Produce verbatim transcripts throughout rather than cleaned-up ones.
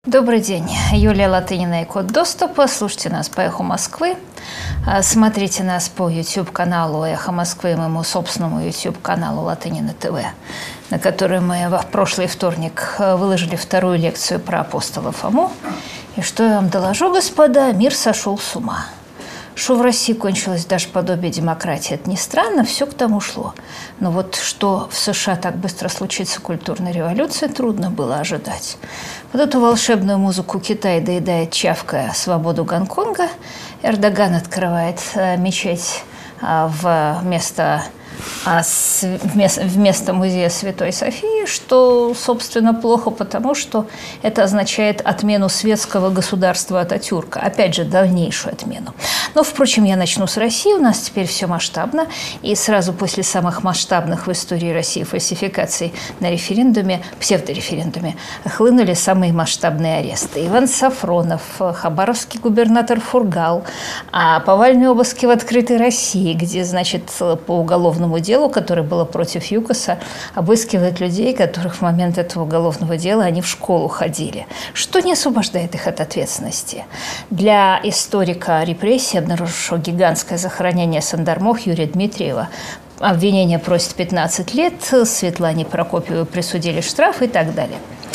Добрый день. Юлия Латынина и Код доступа. Слушайте нас по «Эху Москвы». Смотрите нас по YouTube-каналу «Эхо Москвы» и моему собственному YouTube-каналу Латынина ТВ, на который мы в прошлый вторник выложили вторую лекцию про апостола Фому. И что я вам доложу, господа, мир сошел с ума. Что в России кончилось даже подобие демократии, это не странно, все к тому шло. Но вот что в США так быстро случится культурная революция, трудно было ожидать. Вот эту волшебную музыку Китай доедает, чавкая свободу Гонконга. Эрдоган открывает э, мечеть э, вместо, э, с, вместо, вместо музея Святой Софии, что, собственно, плохо, потому что это означает отмену светского государства Ататюрка. Опять же, дальнейшую отмену. Но, впрочем, я начну с России. У нас теперь все масштабно. И сразу после самых масштабных в истории России фальсификаций на референдуме, псевдореферендуме, хлынули самые масштабные аресты. Иван Сафронов, хабаровский губернатор Фургал, а повальные обыски в открытой России, где, значит, по уголовному делу, которое было против ЮКОСа, обыскивают людей, которых в момент этого уголовного дела они в школу ходили, что не освобождает их от ответственности. Для историка репрессий, обнаружившего гигантское захоронение Сандармох Юрия Дмитриева, обвинение просит пятнадцать лет, Светлане Прокопьевой присудили штраф и так далее.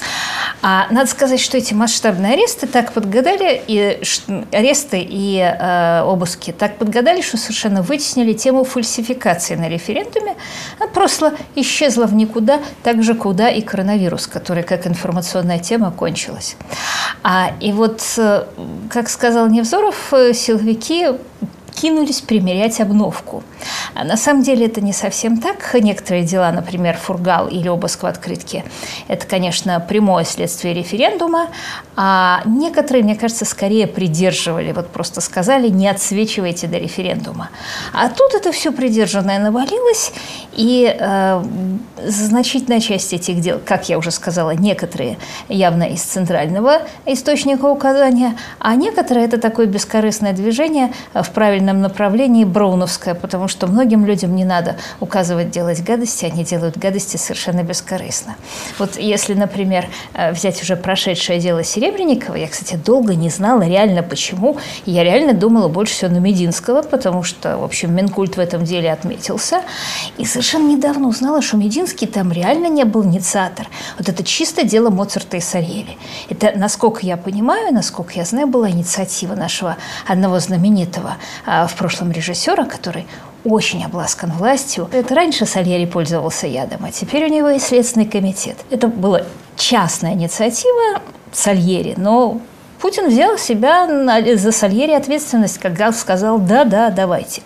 А надо сказать, что эти масштабные аресты так подгадали, и аресты и э, обыски так подгадали, что совершенно вытеснили тему фальсификации на референдуме. Она просто исчезла в никуда, так же, куда и коронавирус, который как информационная тема кончилась. А, и вот, как сказал Невзоров, силовики кинулись примерять обновку. А на самом деле это не совсем так. Некоторые дела, например, Фургал или обыск в открытке, это, конечно, прямое следствие референдума, а некоторые, мне кажется, скорее придерживали, вот просто сказали, не отсвечивайте до референдума. А тут это все придержанное навалилось, и э, значительная часть этих дел, как я уже сказала, некоторые явно из центрального источника указания, а некоторые это такое бескорыстное движение в правильном направлении броуновское, потому что многим людям не надо указывать делать гадости, они делают гадости совершенно бескорыстно. Вот если, например, взять уже прошедшее дело Серебренникова, я, кстати, долго не знала реально почему, я реально думала больше всего на Мединского, потому что, в общем, Минкульт в этом деле отметился, и совершенно недавно узнала, что Мединский там реально не был инициатор. Вот это чисто дело Моцарта и Сальери. Это, насколько я понимаю, насколько я знаю, была инициатива нашего одного знаменитого в прошлом режиссера, который очень обласкан властью. Это раньше Сальери пользовался ядом, а теперь у него есть Следственный комитет. Это была частная инициатива Сальери, но Путин взял себя за Сальери ответственность, когда сказал «да-да, давайте».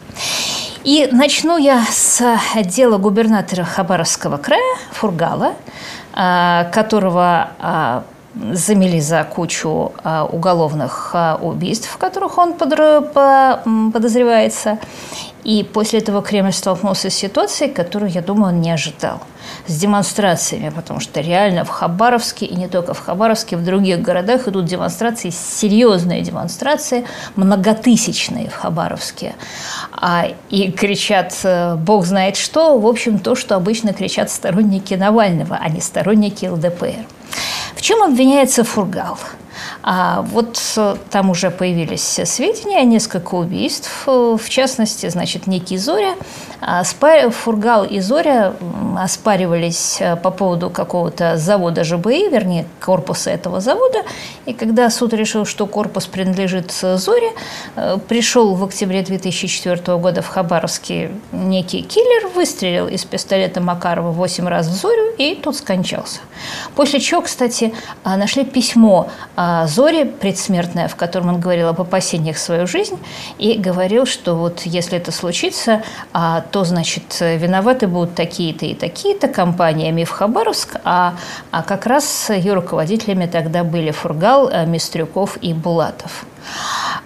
И начну я с дела губернатора Хабаровского края Фургала, которого замели за кучу а, уголовных а, убийств, в которых он подро- по, подозревается. И после этого Кремль столкнулся с ситуацией, которую, я думаю, он не ожидал. С демонстрациями, потому что реально в Хабаровске, и не только в Хабаровске, в других городах идут демонстрации, серьезные демонстрации, многотысячные в Хабаровске. А, и кричат «Бог знает что», в общем, то, что обычно кричат сторонники Навального, а не сторонники ЛДПР. В чем обвиняется Фургал? А вот там уже появились сведения о нескольких убийств. В частности, значит, некий Зоря. Фургал и Зоря оспаривались по поводу какого-то завода ЖБИ, вернее, корпуса этого завода. И когда суд решил, что корпус принадлежит Зоре, пришел в октябре две тысячи четвёртого года в Хабаровске некий киллер, выстрелил из пистолета Макарова восемь раз в Зорю, и тот скончался. После чего, кстати, нашли письмо Зоре предсмертное, в котором он говорил об опасениях в свою жизнь, и говорил, что вот если это случится, то, значит, виноваты будут такие-то и такие-то компании МИФ Хабаровск, а, а как раз ее руководителями тогда были Фургал, Мистрюков и Булатов.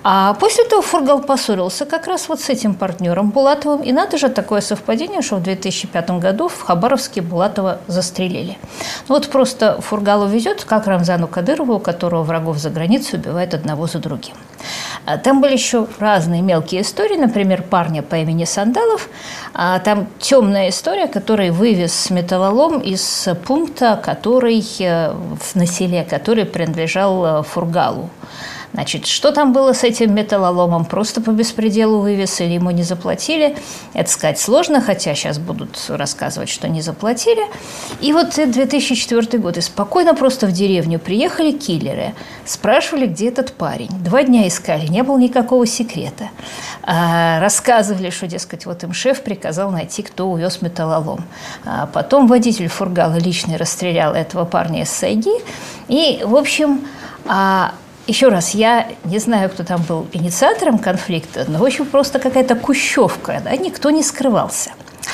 А после этого Фургал поссорился как раз вот с этим партнером Булатовым. И надо же, такое совпадение, что в две тысячи пятом году в Хабаровске Булатова застрелили. Ну вот просто Фургалу везет, как Рамзану Кадырову, у которого врагов за границей убивают одного за другим. Там были еще разные мелкие истории, например, парня по имени Сандалов. Там темная история, который вывез металлолом из пункта, который на селе, который принадлежал Фургалу. Значит, что там было с этим металлоломом? Просто по беспределу вывез или ему не заплатили? Это сказать сложно, хотя сейчас будут рассказывать, что не заплатили. И вот две тысячи четвёртый год, и спокойно просто в деревню приехали киллеры, спрашивали, где этот парень. Два дня искали, не было никакого секрета. А, рассказывали, что, дескать, вот им шеф приказал найти, кто увез металлолом. А потом водитель Фургала лично расстрелял этого парня из сайги. И, в общем... А, еще раз, я не знаю, кто там был инициатором конфликта, но, в общем, просто какая-то кущевка, да, никто не скрывался.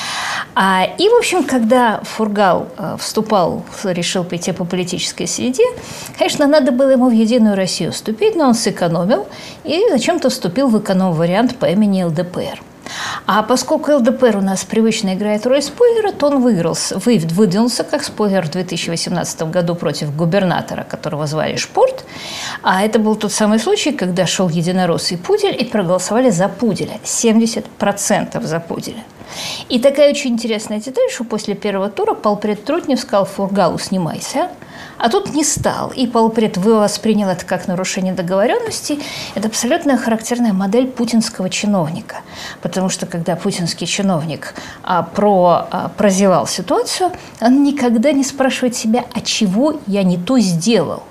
А, и, в общем, когда Фургал а, вступал, решил пойти по политической среде, конечно, надо было ему в «Единую Россию» вступить, но он сэкономил и зачем-то вступил в эконом-вариант по имени эл дэ пэ эр. А поскольку эл дэ пэ эр у нас привычно играет роль спойлера, то он выиграл, выдвинулся как спойлер в две тысячи восемнадцатом году против губернатора, которого звали Шпорт. А это был тот самый случай, когда шел единорос и Пудель, и проголосовали за Пуделя. семьдесят процентов за Пуделя. И такая очень интересная деталь, что после первого тура полпред Трутнев сказал Фургалу: «Снимайся». А тут не стал. И полпред воспринял это как нарушение договоренности. Это абсолютно характерная модель путинского чиновника. Потому что, когда путинский чиновник а, про, а, прозевал ситуацию, он никогда не спрашивает себя, а чего я не то сделал.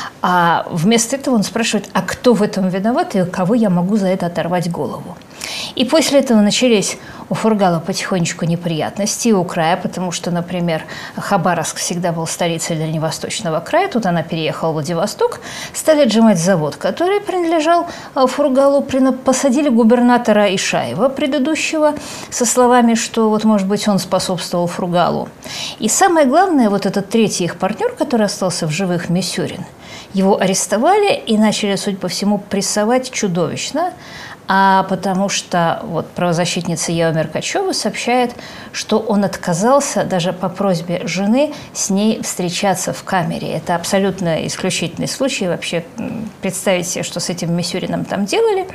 А вместо этого он спрашивает, а кто в этом виноват и кого я могу за это оторвать голову. И после этого начались у Фургала потихонечку неприятности у края, потому что, например, Хабаровск всегда был столицей Дальневосточного края, тут она переехала в Владивосток, стали отжимать завод, который принадлежал Фургалу, посадили губернатора Ишаева предыдущего со словами, что вот, может быть, он способствовал Фургалу. И самое главное, вот этот третий их партнер, который остался в живых, Мисюрин, его арестовали и начали, судя по всему, прессовать чудовищно, а потому что вот правозащитница Ева Меркачева сообщает, что он отказался даже по просьбе жены с ней встречаться в камере. Это абсолютно исключительный случай. Вообще представить себе, что с этим Мисюриным там делали.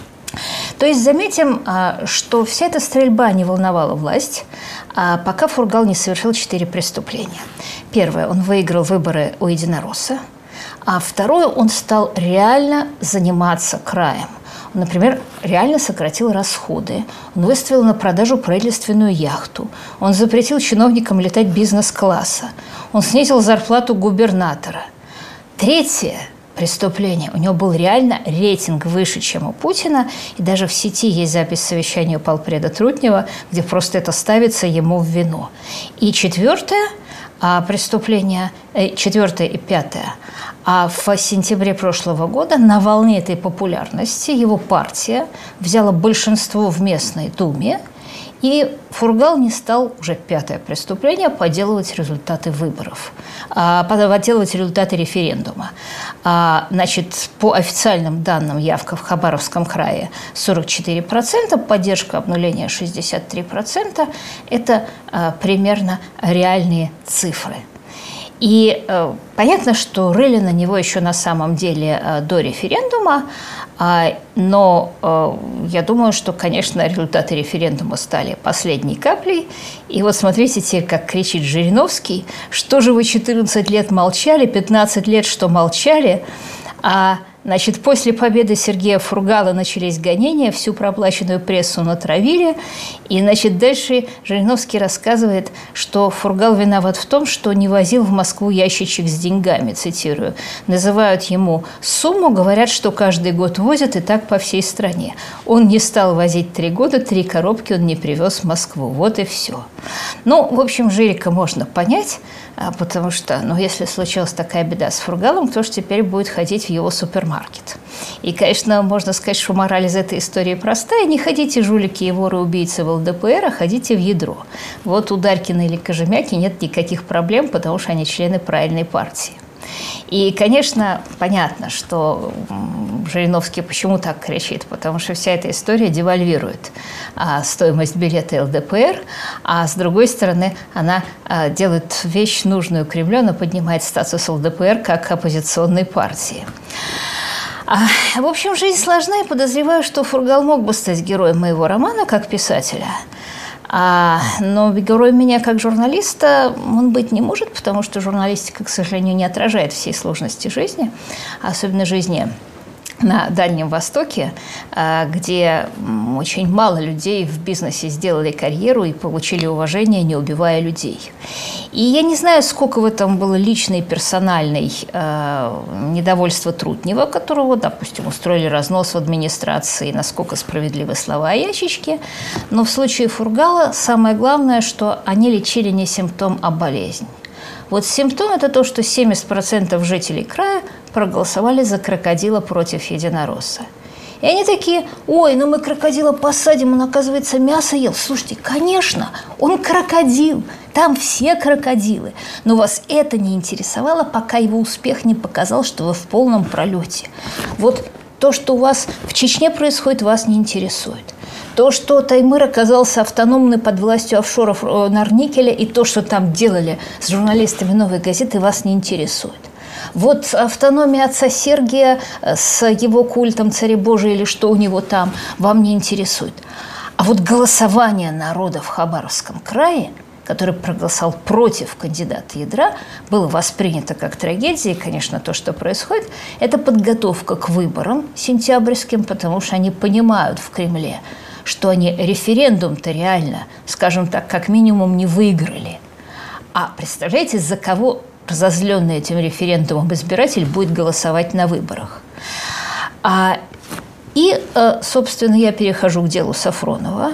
То есть заметим, что вся эта стрельба не волновала власть, пока Фургал не совершил четыре преступления. Первое, он выиграл выборы у единоросса. А второе, он стал реально заниматься краем. Он, например, реально сократил расходы. Он выставил на продажу правительственную яхту. Он запретил чиновникам летать бизнес-класса. Он снизил зарплату губернатора. Третье преступление. У него был реально рейтинг выше, чем у Путина. И даже в сети есть запись совещания у полпреда Трутнева, где просто это ставится ему в вину. И четвертое преступление, четвертое и пятое. А в сентябре прошлого года на волне этой популярности его партия взяла большинство в местной думе, и Фургал не стал, уже пятое преступление, подделывать результаты выборов, подделывать результаты референдума. Значит, по официальным данным, явка в Хабаровском крае сорок четыре процента, поддержка обнуления шестьдесят три процента. Это примерно реальные цифры. И э, понятно, что рыли на него еще на самом деле э, до референдума, э, но э, я думаю, что, конечно, результаты референдума стали последней каплей. И вот смотрите, как кричит Жириновский: что же вы четырнадцать лет молчали, пятнадцать лет что молчали, а... Значит, после победы Сергея Фургала начались гонения, всю проплаченную прессу натравили. И, значит, дальше Жириновский рассказывает, что Фургал виноват в том, что не возил в Москву ящичек с деньгами, цитирую. Называют ему сумму, говорят, что каждый год возят, и так по всей стране. Он не стал возить три года, три коробки он не привез в Москву. Вот и все. Ну, в общем, Жирика можно понять, потому что, ну, если случилась такая беда с Фургалом, кто же теперь будет ходить в его супермаркет? И, конечно, можно сказать, что мораль из этой истории простая. Не ходите, жулики и воры-убийцы, в эл дэ пэ эр, а ходите в ядро. Вот у Дарькина или Кожемяки нет никаких проблем, потому что они члены правильной партии. И, конечно, понятно, что Жириновский почему так кричит? Потому что вся эта история девальвирует а, стоимость билета эл дэ пэ эр, а с другой стороны она а, делает вещь нужную Кремлю, она поднимает статус эл дэ пэ эр как оппозиционной партии. А, в общем, жизнь сложна, и подозреваю, что Фургал мог бы стать героем моего романа как писателя. А, но героем меня как журналиста он быть не может, потому что журналистика, к сожалению, не отражает всей сложности жизни, особенно жизни на Дальнем Востоке, где очень мало людей в бизнесе сделали карьеру и получили уважение, не убивая людей. И я не знаю, сколько в этом было личной, персональной э, недовольства Трутнева, которого, допустим, устроили разнос в администрации, насколько справедливы слова о ящичке. Но в случае Фургала самое главное, что они лечили не симптом, а болезнь. Вот симптом – это то, что семьдесят процентов жителей края проголосовали за крокодила против единоросса. И они такие: ой, ну мы крокодила посадим, он, оказывается, мясо ел. Слушайте, конечно, он крокодил, там все крокодилы. Но вас это не интересовало, пока его успех не показал, что вы в полном пролете. Вот то, что у вас в Чечне происходит, вас не интересует. То, что Таймыр оказался автономный под властью офшоров Норникеля, и то, что там делали с журналистами «Новой газеты», вас не интересует. Вот автономия отца Сергия с его культом царя-божия или что у него там, вам не интересует. А вот голосование народа в Хабаровском крае, который проголосовал против кандидата ядра, было воспринято как трагедия. И, конечно, то, что происходит, это подготовка к выборам сентябрьским, потому что они понимают в Кремле, что они референдум-то реально, скажем так, как минимум не выиграли. А представляете, за кого разозленный этим референдумом избиратель будет голосовать на выборах? А, и, собственно, я перехожу к делу Сафронова,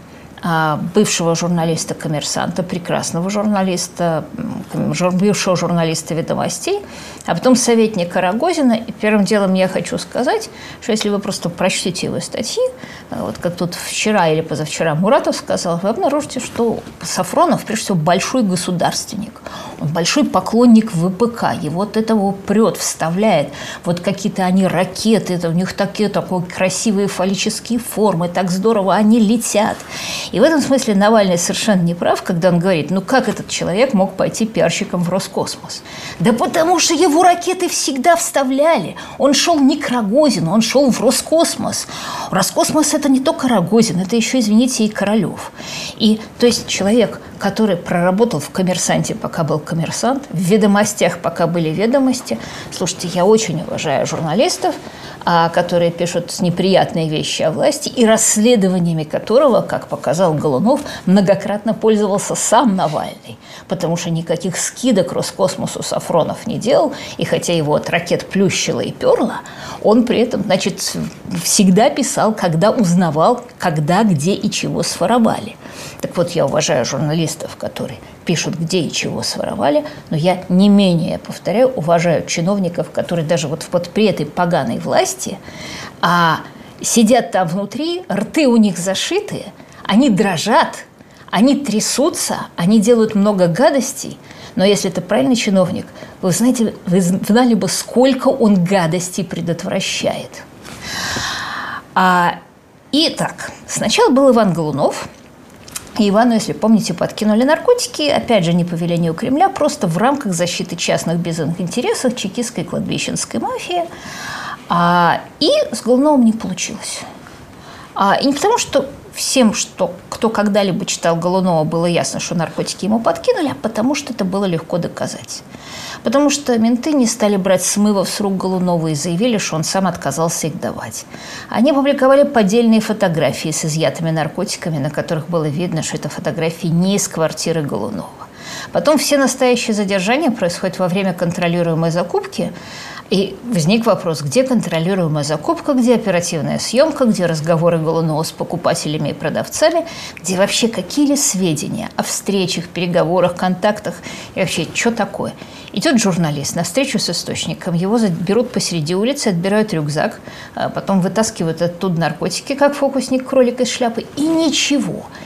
бывшего журналиста-коммерсанта, прекрасного журналиста, бывшего журналиста «Ведомостей», а потом советника Рогозина. И первым делом я хочу сказать, что если вы просто прочтете его статьи, вот как тут вчера или позавчера Муратов сказал, вы обнаружите, что Сафронов, прежде всего, большой государственник. Он большой поклонник вэ пэ ка. И вот этого прет, вставляет. Вот какие-то они ракеты, это у них такие, такие красивые фаллические формы, так здорово они летят. И в этом смысле Навальный совершенно не прав, когда он говорит, ну как этот человек мог пойти пиарщиком в Роскосмос? Да потому что его ракеты всегда вставляли. Он шел не к Рогозину, он шел в Роскосмос. Роскосмос – это не только Рогозин, это еще, извините, и Королев. И, то есть человек, который проработал в «Коммерсанте», пока был «Коммерсант», в «Ведомостях», пока были «Ведомости». Слушайте, я очень уважаю журналистов, которые пишут неприятные вещи о власти, и расследованиями которого, как показал Голунов, многократно пользовался сам Навальный, потому что никаких скидок Роскосмосу Сафронов не делал, и хотя его от ракет плющило и перло, он при этом, значит, всегда писал, когда узнавал, когда, где и чего своровали. Так вот, я уважаю журналистов, которые пишут, где и чего своровали, но я не менее, повторяю, уважаю чиновников, которые даже вот под при этой поганой власти а, сидят там внутри, рты у них зашиты, они дрожат, они трясутся, они делают много гадостей, но если это правильный чиновник, вы знаете, вы знали бы, сколько он гадостей предотвращает. А, итак, сначала был Иван Голунов. И Ивану, если помните, подкинули наркотики, опять же, не по велению Кремля, просто в рамках защиты частных бизнес-интересов чекистской кладбищенской мафии. А, и с Голуновым не получилось. А, и не потому, что всем, что, кто когда-либо читал Голунова, было ясно, что наркотики ему подкинули, а потому что это было легко доказать. Потому что менты не стали брать смывов с рук Голунова и заявили, что он сам отказался их давать. Они публиковали поддельные фотографии с изъятыми наркотиками, на которых было видно, что это фотографии не из квартиры Голунова. Потом все настоящие задержания происходят во время контролируемой закупки. И возник вопрос, где контролируемая закупка, где оперативная съемка, где разговоры Голунова с покупателями и продавцами, где вообще какие-ли сведения о встречах, переговорах, контактах и вообще, что такое. Идет журналист на встречу с источником, его берут посреди улицы, отбирают рюкзак, потом вытаскивают оттуда наркотики, как фокусник кролик из шляпы, и ничего.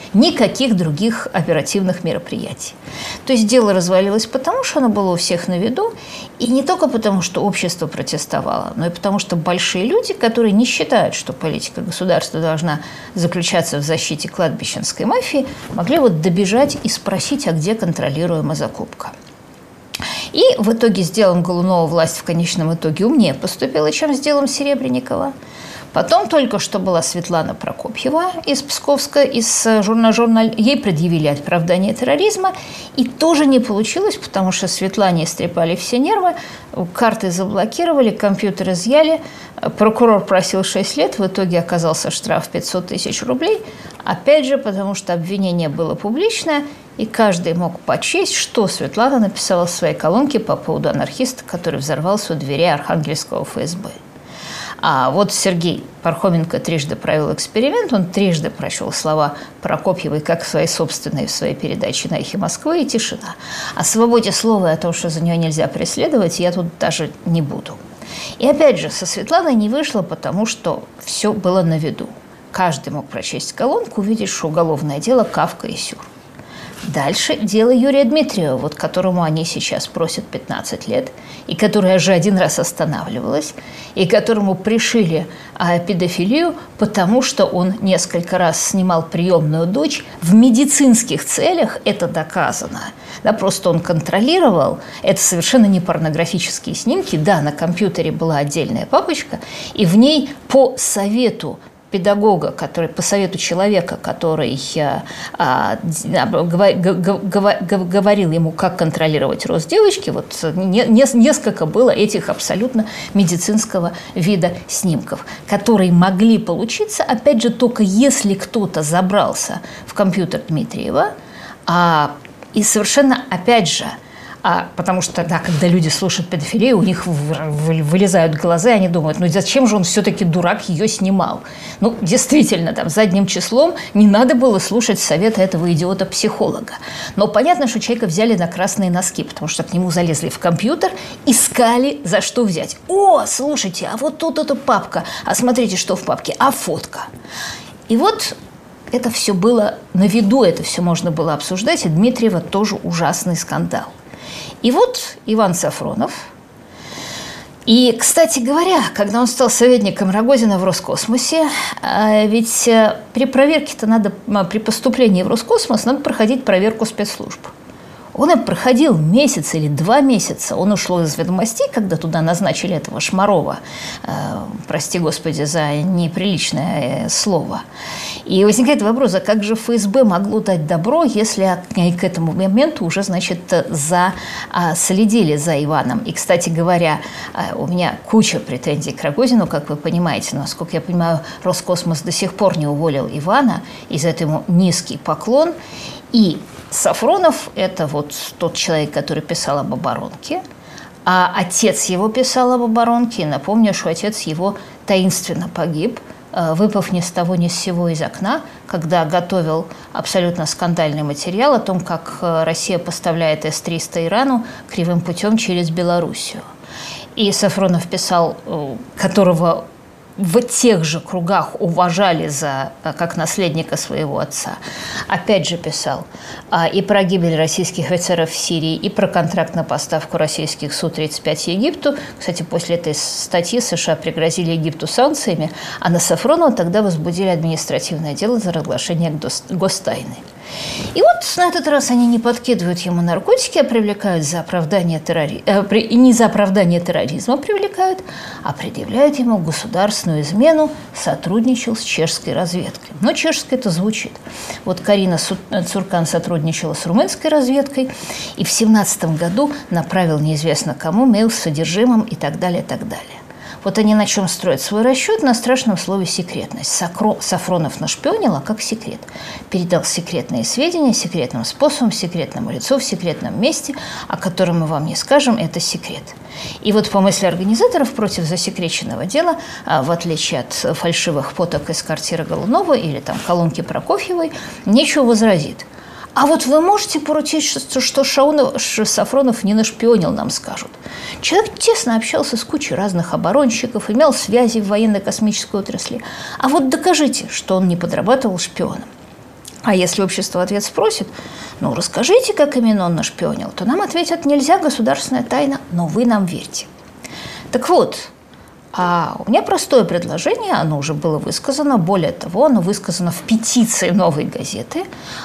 никаких других оперативных мероприятий. То есть дело развалилось потому, что оно было у всех на виду, и не только потому, что общество протестовало, но и потому, что большие люди, которые не считают, что политика государства должна заключаться в защите кладбищенской мафии, могли вот добежать и спросить, а где контролируемая закупка. И в итоге с делом Голунова власть в конечном итоге умнее поступила, чем с делом Серебренникова. Потом только что была Светлана Прокопьева из Псковска, из журнала «Журнал». Ей предъявили оправдание терроризма. И тоже не получилось, потому что Светлане истрепали все нервы, карты заблокировали, компьютер изъяли. Прокурор просил шесть лет, в итоге оказался штраф пятьсот тысяч рублей. Опять же, потому что обвинение было публичное, и каждый мог почесть, что Светлана написала в своей колонке по поводу анархиста, который взорвался у дверей Архангельского эф эс бэ. А вот Сергей Пархоменко трижды провел эксперимент, он трижды прочел слова Прокопьевой как свои собственные в своей передаче на «Эхе Москвы», и тишина. О свободе слова и о том, что за нее нельзя преследовать, я тут даже не буду. И опять же, со Светланой не вышло, потому что все было на виду. Каждый мог прочесть колонку, увидеть, что уголовное дело Кавка и Сюр. Дальше дело Юрия Дмитриева, вот которому они сейчас просят пятнадцать лет, и которое же один раз останавливалось, и которому пришили а, педофилию, потому что он несколько раз снимал приемную дочь в медицинских целях, это доказано. Да, просто он контролировал, это совершенно не порнографические снимки, да, на компьютере была отдельная папочка, и в ней по совету педагога, который, по совету человека, который а, говорил ему, как контролировать рост девочки, вот не, не, несколько было этих абсолютно медицинского вида снимков, которые могли получиться, опять же, только если кто-то забрался в компьютер Дмитриева, а, и совершенно, опять же, А, потому что, да, когда люди слушают педофилию, у них вылезают глаза, и они думают, ну зачем же он все-таки, дурак, ее снимал? Ну, действительно, там, задним числом не надо было слушать совета этого идиота-психолога. Но понятно, что человека взяли на красные носки, потому что к нему залезли в компьютер, искали, за что взять. О, слушайте, а вот тут эта папка, а смотрите, что в папке, а фотка. И вот это все было на виду, это все можно было обсуждать, и Дмитриева тоже ужасный скандал. И вот Иван Сафронов. И, кстати говоря, когда он стал советником Рогозина в Роскосмосе, ведь при проверке-то надо, при поступлении в Роскосмос надо проходить проверку спецслужб. Он и проходил месяц или два месяца. Он ушел из «Ведомостей», когда туда назначили этого Шмарова, э, прости господи за неприличное слово. И возникает вопрос, а как же эф эс бэ могло дать добро, если к этому моменту уже, значит, за, а, следили за Иваном. И, кстати говоря, у меня куча претензий к Рогозину, как вы понимаете. Но, насколько я понимаю, Роскосмос до сих пор не уволил Ивана, и за это ему низкий поклон. И Сафронов – это вот тот человек, который писал об оборонке, а отец его писал об оборонке. И напомню, что отец его таинственно погиб, выпав ни с того ни с сего из окна, когда готовил абсолютно скандальный материал о том, как Россия поставляет эс триста Ирану кривым путем через Белоруссию. И Сафронов писал, которого в тех же кругах уважали за, как наследника своего отца. Опять же писал а, и про гибель российских офицеров в Сирии, и про контракт на поставку российских Су тридцать пять Египту. Кстати, после этой статьи США пригрозили Египту санкциями, а на Сафронова тогда возбудили административное дело за разглашение гостайны. И вот на этот раз они не подкидывают ему наркотики, а привлекают за оправдание терроризма, э, и не за оправдание терроризма привлекают, а предъявляют ему государственную измену, сотрудничал с чешской разведкой. Но чешская это звучит. Вот Карина Цуркан сотрудничала с румынской разведкой и в семнадцатом году направил неизвестно кому мейл с содержимым и так далее, и так далее. Вот они на чем строят свой расчет? На страшном слове «секретность». Сакро... Сафронов нашпионил, а как секрет. Передал секретные сведения секретным способом, секретному лицу, в секретном месте, о котором мы вам не скажем, это секрет. И вот по мысли организаторов против засекреченного дела, в отличие от фальшивых фоток из квартиры Голунова или там колонки Прокофьевой, нечего возразить. А вот вы можете поручить, что, что Шаунов, что Сафронов не нашпионил, нам скажут. Человек тесно общался с кучей разных оборонщиков, имел связи в военно-космической отрасли. А вот докажите, что он не подрабатывал шпионом. А если общество ответ спросит, ну, расскажите, как именно он нашпионил, то нам ответят: нельзя, государственная тайна, но вы нам верьте. Так вот, а у меня простое предложение, оно уже было высказано, более того, оно высказано в петиции «Новой газеты»,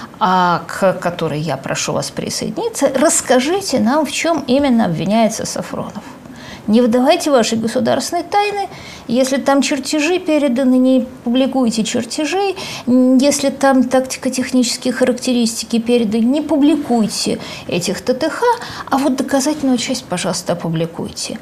а, к которой я прошу вас присоединиться. Расскажите нам, в чем именно обвиняется Сафронов. Не выдавайте ваши государственные тайны. Если там чертежи переданы, не публикуйте чертежей. Если там тактико-технические характеристики переданы, не публикуйте этих ТТХ. А вот доказательную часть, пожалуйста, опубликуйте.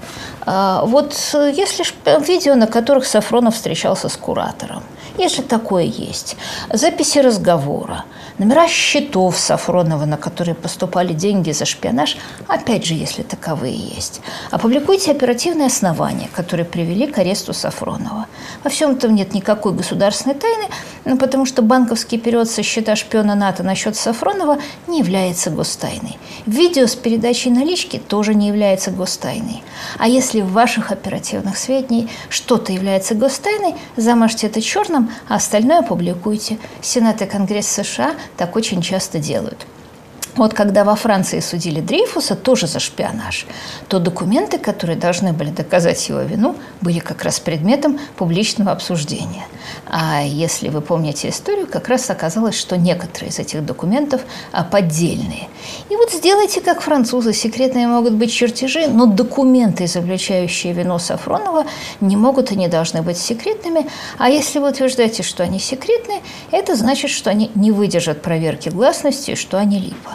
А вот если видео, на которых Сафронов встречался с куратором, если такое есть, записи разговора, номера счетов Сафронова, на которые поступали деньги за шпионаж, опять же, если таковые есть, опубликуйте оперативные основания, которые привели к аресту Сафронова. Во всем этом нет никакой государственной тайны, ну, потому что банковский перевод со счета шпиона НАТО на счет Сафронова не является гостайной. Видео с передачей налички тоже не является гостайной. А если в ваших оперативных сведениях что-то является гостайной, замажьте это черным, а остальное опубликуйте. Сенат и Конгресс США так очень часто делают. Вот когда во Франции судили Дрейфуса тоже за шпионаж, то документы, которые должны были доказать его вину, были как раз предметом публичного обсуждения. А если вы помните историю, как раз оказалось, что некоторые из этих документов поддельные. И вот сделайте, как французы, секретные могут быть чертежи, но документы, изобличающие вину Сафронова, не могут и не должны быть секретными. А если вы утверждаете, что они секретные, это значит, что они не выдержат проверки гласности, что они липа.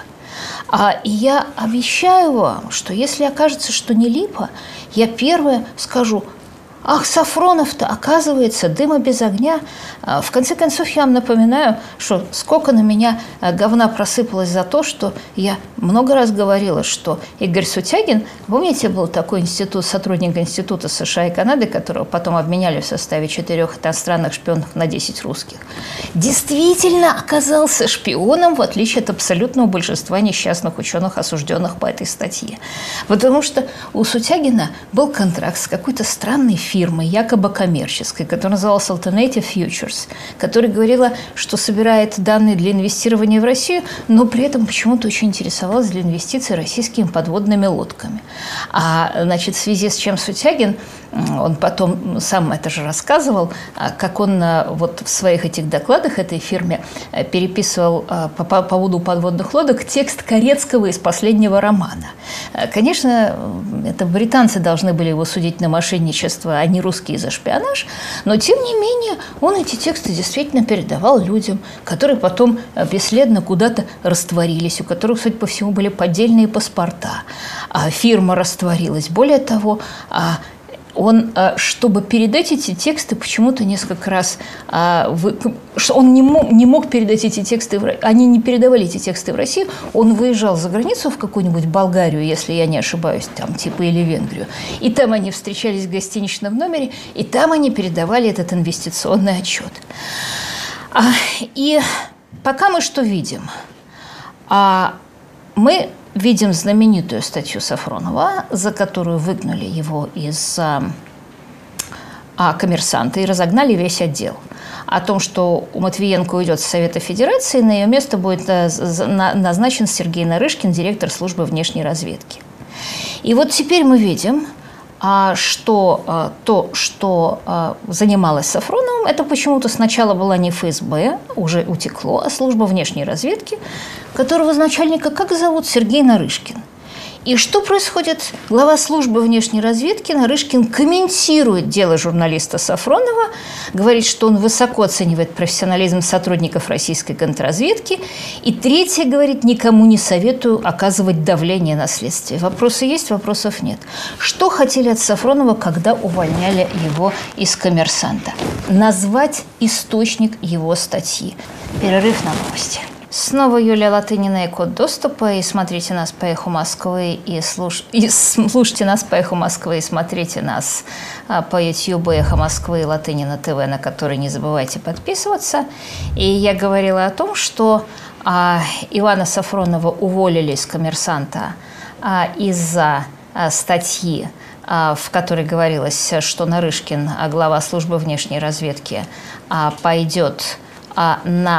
А я обещаю вам, что если окажется, что не липа, я первое скажу: ах, Сафронов-то, оказывается, дыма без огня. В конце концов, я вам напоминаю, что сколько на меня говна просыпалось за то, что я много раз говорила, что Игорь Сутягин, помните, был такой институт, сотрудник Института США и Канады, которого потом обменяли в составе четырех иностранных шпионов на десять русских, действительно оказался шпионом, в отличие от абсолютного большинства несчастных ученых, осужденных по этой статье. Потому что у Сутягина был контракт с какой-то странной фирмой, фирмы, якобы коммерческой, которая называлась Alternative Futures, которая говорила, что собирает данные для инвестирования в Россию, но при этом почему-то очень интересовалась для инвестиций российскими подводными лодками. А, значит, в связи с чем Сутягин, он потом сам это же рассказывал, как он вот в своих этих докладах этой фирме переписывал по поводу подводных лодок текст Корецкого из последнего романа. Конечно, это британцы должны были его судить на мошенничество, а не русские за шпионаж, но, тем не менее, он эти тексты действительно передавал людям, которые потом бесследно куда-то растворились, у которых, судя по всему, были поддельные паспорта. А фирма растворилась. Более того, он, чтобы передать эти тексты, почему-то несколько раз, он не мог, не мог передать эти тексты, они не передавали эти тексты в Россию, он выезжал за границу в какую-нибудь Болгарию, если я не ошибаюсь, там типа или Венгрию, и там они встречались в гостиничном номере, и там они передавали этот инвестиционный отчет. И пока мы что видим? Мы видим знаменитую статью Сафронова, за которую выгнали его из а, «Коммерсанта» и разогнали весь отдел. О том, что у Матвиенко уйдет с Совета Федерации, на ее место будет назначен Сергей Нарышкин, директор службы внешней разведки. И вот теперь мы видим, что то, что занималось Сафроновым, это почему-то сначала была не эф эс бэ, уже утекло, а служба внешней разведки, которого начальника как зовут? Сергей Нарышкин. И что происходит? Глава службы внешней разведки Нарышкин комментирует дело журналиста Сафронова, говорит, что он высоко оценивает профессионализм сотрудников российской контрразведки. И третье, говорит, никому не советую оказывать давление на следствие. Вопросы есть, вопросов нет. Что хотели от Сафронова, когда увольняли его из «Коммерсанта»? Назвать источник его статьи. Перерыв на новости. Снова Юлия Латынина и код доступа. И смотрите нас по «Эху Москвы», и, слуш... и слушайте нас по «Эху Москвы», и смотрите нас а, по YouTube «Эхо Москвы» и Латынина ТВ, на который не забывайте подписываться. И я говорила о том, что а, Ивана Сафронова уволили из «Коммерсанта» а, из-за а, статьи, а, в которой говорилось, что Нарышкин, глава службы внешней разведки, а, пойдет а, на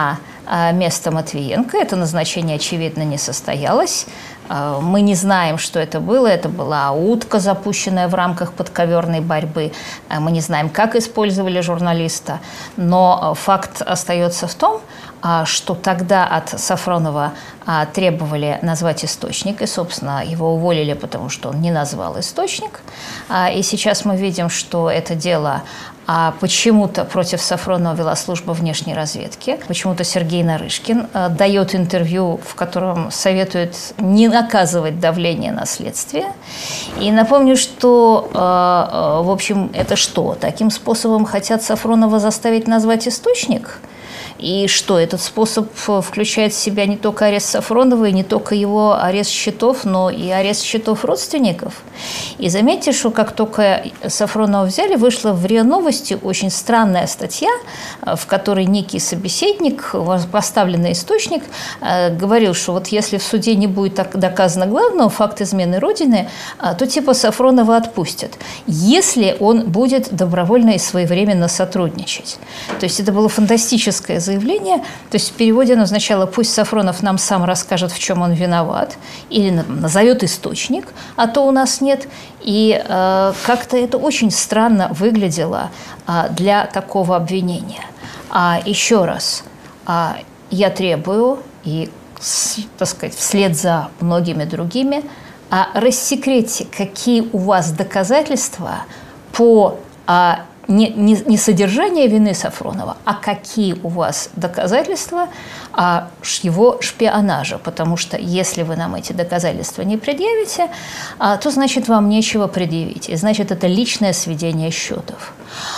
место Матвиенко. Это назначение, очевидно, не состоялось. Мы не знаем, что это было. Это была утка, запущенная в рамках подковерной борьбы. Мы не знаем, как использовали журналиста. Но факт остается в том, что тогда от Сафронова требовали назвать источник. И, собственно, его уволили, потому что он не назвал источник. И сейчас мы видим, что это дело А почему-то против Сафронова вела служба внешней разведки. Почему-то Сергей Нарышкин э, дает интервью, в котором советует не оказывать давление на следствие. И напомню, что, э, э, в общем, это что? Таким способом хотят Сафронова заставить назвать источник? И что, этот способ включает в себя не только арест Сафронова, и не только его арест счетов, но и арест счетов родственников. И заметьте, что как только Сафронова взяли, вышла в РИА Новости очень странная статья, в которой некий собеседник, поставленный источник, говорил, что вот если в суде не будет так доказано главного, факт измены Родины, то типа Сафронова отпустят, если он будет добровольно и своевременно сотрудничать. То есть это было фантастическое заявление, то есть в переводе оно означало: пусть Сафронов нам сам расскажет, в чем он виноват, или назовет источник, а то у нас нет. И э, как-то это очень странно выглядело э, для такого обвинения. А еще раз, э, я требую, и, с, так сказать, вслед за многими другими, э, рассекретьте, какие у вас доказательства по э, Не, не, не содержание вины Сафронова, а какие у вас доказательства о его шпионаже. Потому что если вы нам эти доказательства не предъявите, то значит вам нечего предъявить. И значит это личное сведение счетов.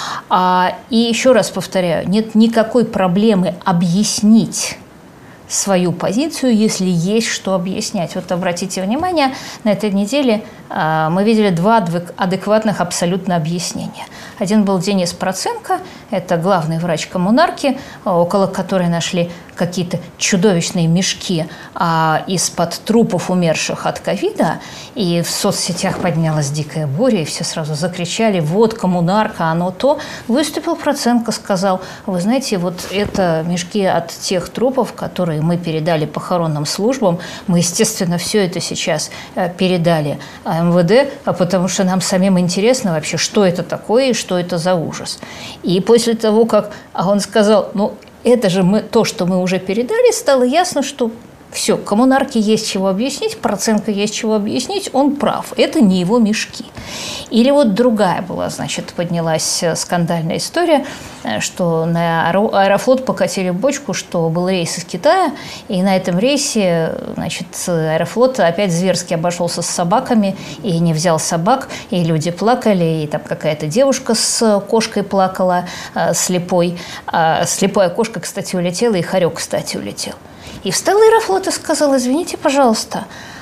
И еще раз повторяю, нет никакой проблемы объяснить свою позицию, если есть что объяснять. Вот обратите внимание, на этой неделе э, мы видели два адекватных абсолютно объяснения. Один был Денис Проценко, это главный врач коммунарки, около которой нашли какие-то чудовищные мешки а, из-под трупов умерших от ковида, и в соцсетях поднялась дикая буря, и все сразу закричали: вот коммунарка, оно то. Выступил Проценко, сказал: вы знаете, вот это мешки от тех трупов, которые мы передали похоронным службам. Мы, естественно, все это сейчас передали эм вэ дэ, потому что нам самим интересно вообще, что это такое и что это за ужас. И после того, как он сказал: ну, это же мы, то, что мы уже передали, стало ясно, что все, коммунарке есть чего объяснить, Проценко есть чего объяснить, он прав, это не его мешки. Или вот другая была, значит, поднялась скандальная история, что на Аэрофлот покатили бочку, что был рейс из Китая, и на этом рейсе, значит, Аэрофлот опять зверски обошелся с собаками и не взял собак, и люди плакали, и там какая-то девушка с кошкой плакала, слепой. Слепая кошка, кстати, улетела, и хорек, кстати, улетел. И встал Аэрофлот и сказал: извините, пожалуйста,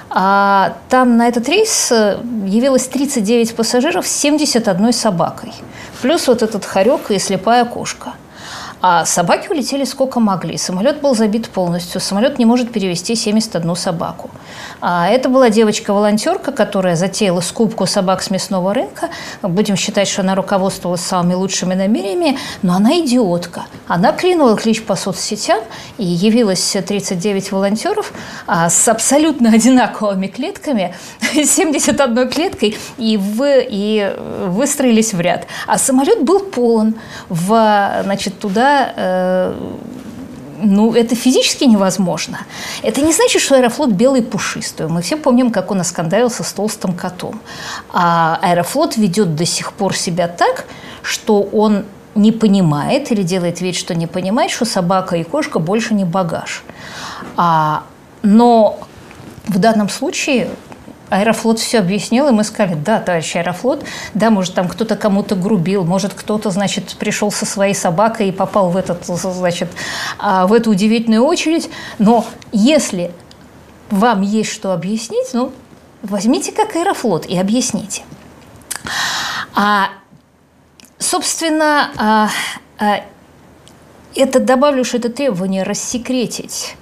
а там на этот рейс явилось тридцать девять пассажиров с семьдесят одной собакой, плюс вот этот хорек и слепая кошка. А собаки улетели сколько могли. Самолет был забит полностью. Самолет не может перевезти семьдесят одну собаку. А это была девочка-волонтерка, которая затеяла скупку собак с мясного рынка. Будем считать, что она руководствовалась самыми лучшими намерениями, но она идиотка. Она клинула клич по соцсетям, и явилось тридцать девять волонтеров а, с абсолютно одинаковыми клетками, семьдесят одной клеткой, и, в, и выстроились в ряд. А самолет был полон. В, значит, туда ну, это физически невозможно. Это не значит, что Аэрофлот белый и пушистый. Мы все помним, как он оскандалился с толстым котом. А Аэрофлот ведет до сих пор себя так, что он не понимает или делает вид, что не понимает, что собака и кошка больше не багаж. А, но в данном случае Аэрофлот все объяснил, и мы сказали: да, товарищ Аэрофлот, да, может, там кто-то кому-то грубил, может, кто-то, значит, пришел со своей собакой и попал в, этот, значит, в эту удивительную очередь, но если вам есть что объяснить, ну, возьмите как Аэрофлот и объясните. А, собственно, а, а, это добавлю, что это требование рассекретить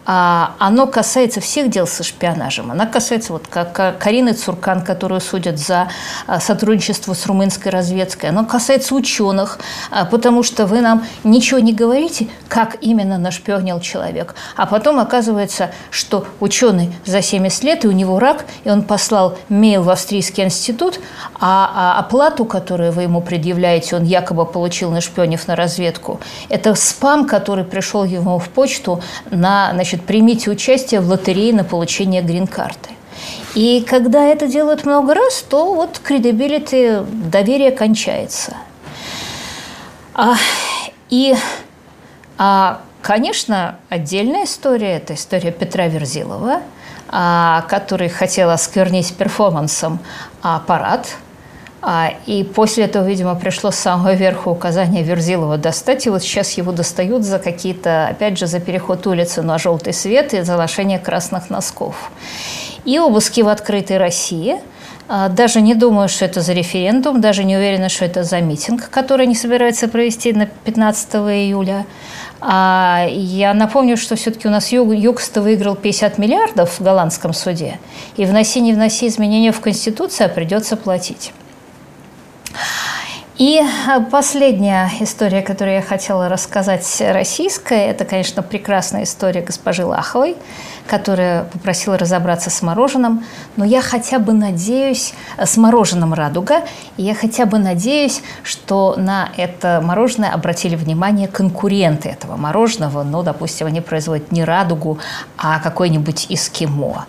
оно касается всех дел со шпионажем. Оно касается вот как Карины Цуркан, которую судят за сотрудничество с румынской разведкой. Оно касается ученых, потому что вы нам ничего не говорите, как именно нашпионил человек. А потом оказывается, что ученый за семьдесят лет, и у него рак, и он послал мейл в Австрийский институт, а оплату, которую вы ему предъявляете, он якобы получил, нашпионив на разведку. Это спам, который пришел ему в почту на, значит, примите участие в лотерее на получение грин-карты. И когда это делают много раз, то вот credibility, доверие кончается. А, и, а, конечно, отдельная история – это история Петра Верзилова, а, который хотел осквернить перформансом а, парад. И после этого, видимо, пришло с самого верха указание Верзилова достать. И вот сейчас его достают за какие-то, опять же, за переход улицы на желтый свет и за ношение красных носков. И обыски в открытой России. Даже не думаю, что это за референдум, даже не уверена, что это за митинг, который они собираются провести на пятнадцатого июля. Я напомню, что все-таки у нас ЮКОСТ выиграл пятьдесят миллиардов в голландском суде. И вноси, не вноси изменения в Конституцию, а придется платить. И последняя история, которую я хотела рассказать, российская, это, конечно, прекрасная история госпожи Лаховой, которая попросила разобраться с мороженым. Но я хотя бы надеюсь, с мороженым «Радуга», и я хотя бы надеюсь, что на это мороженое обратили внимание конкуренты этого мороженого. Ну, допустим, они производят не «Радугу», а какой-нибудь «Эскимо».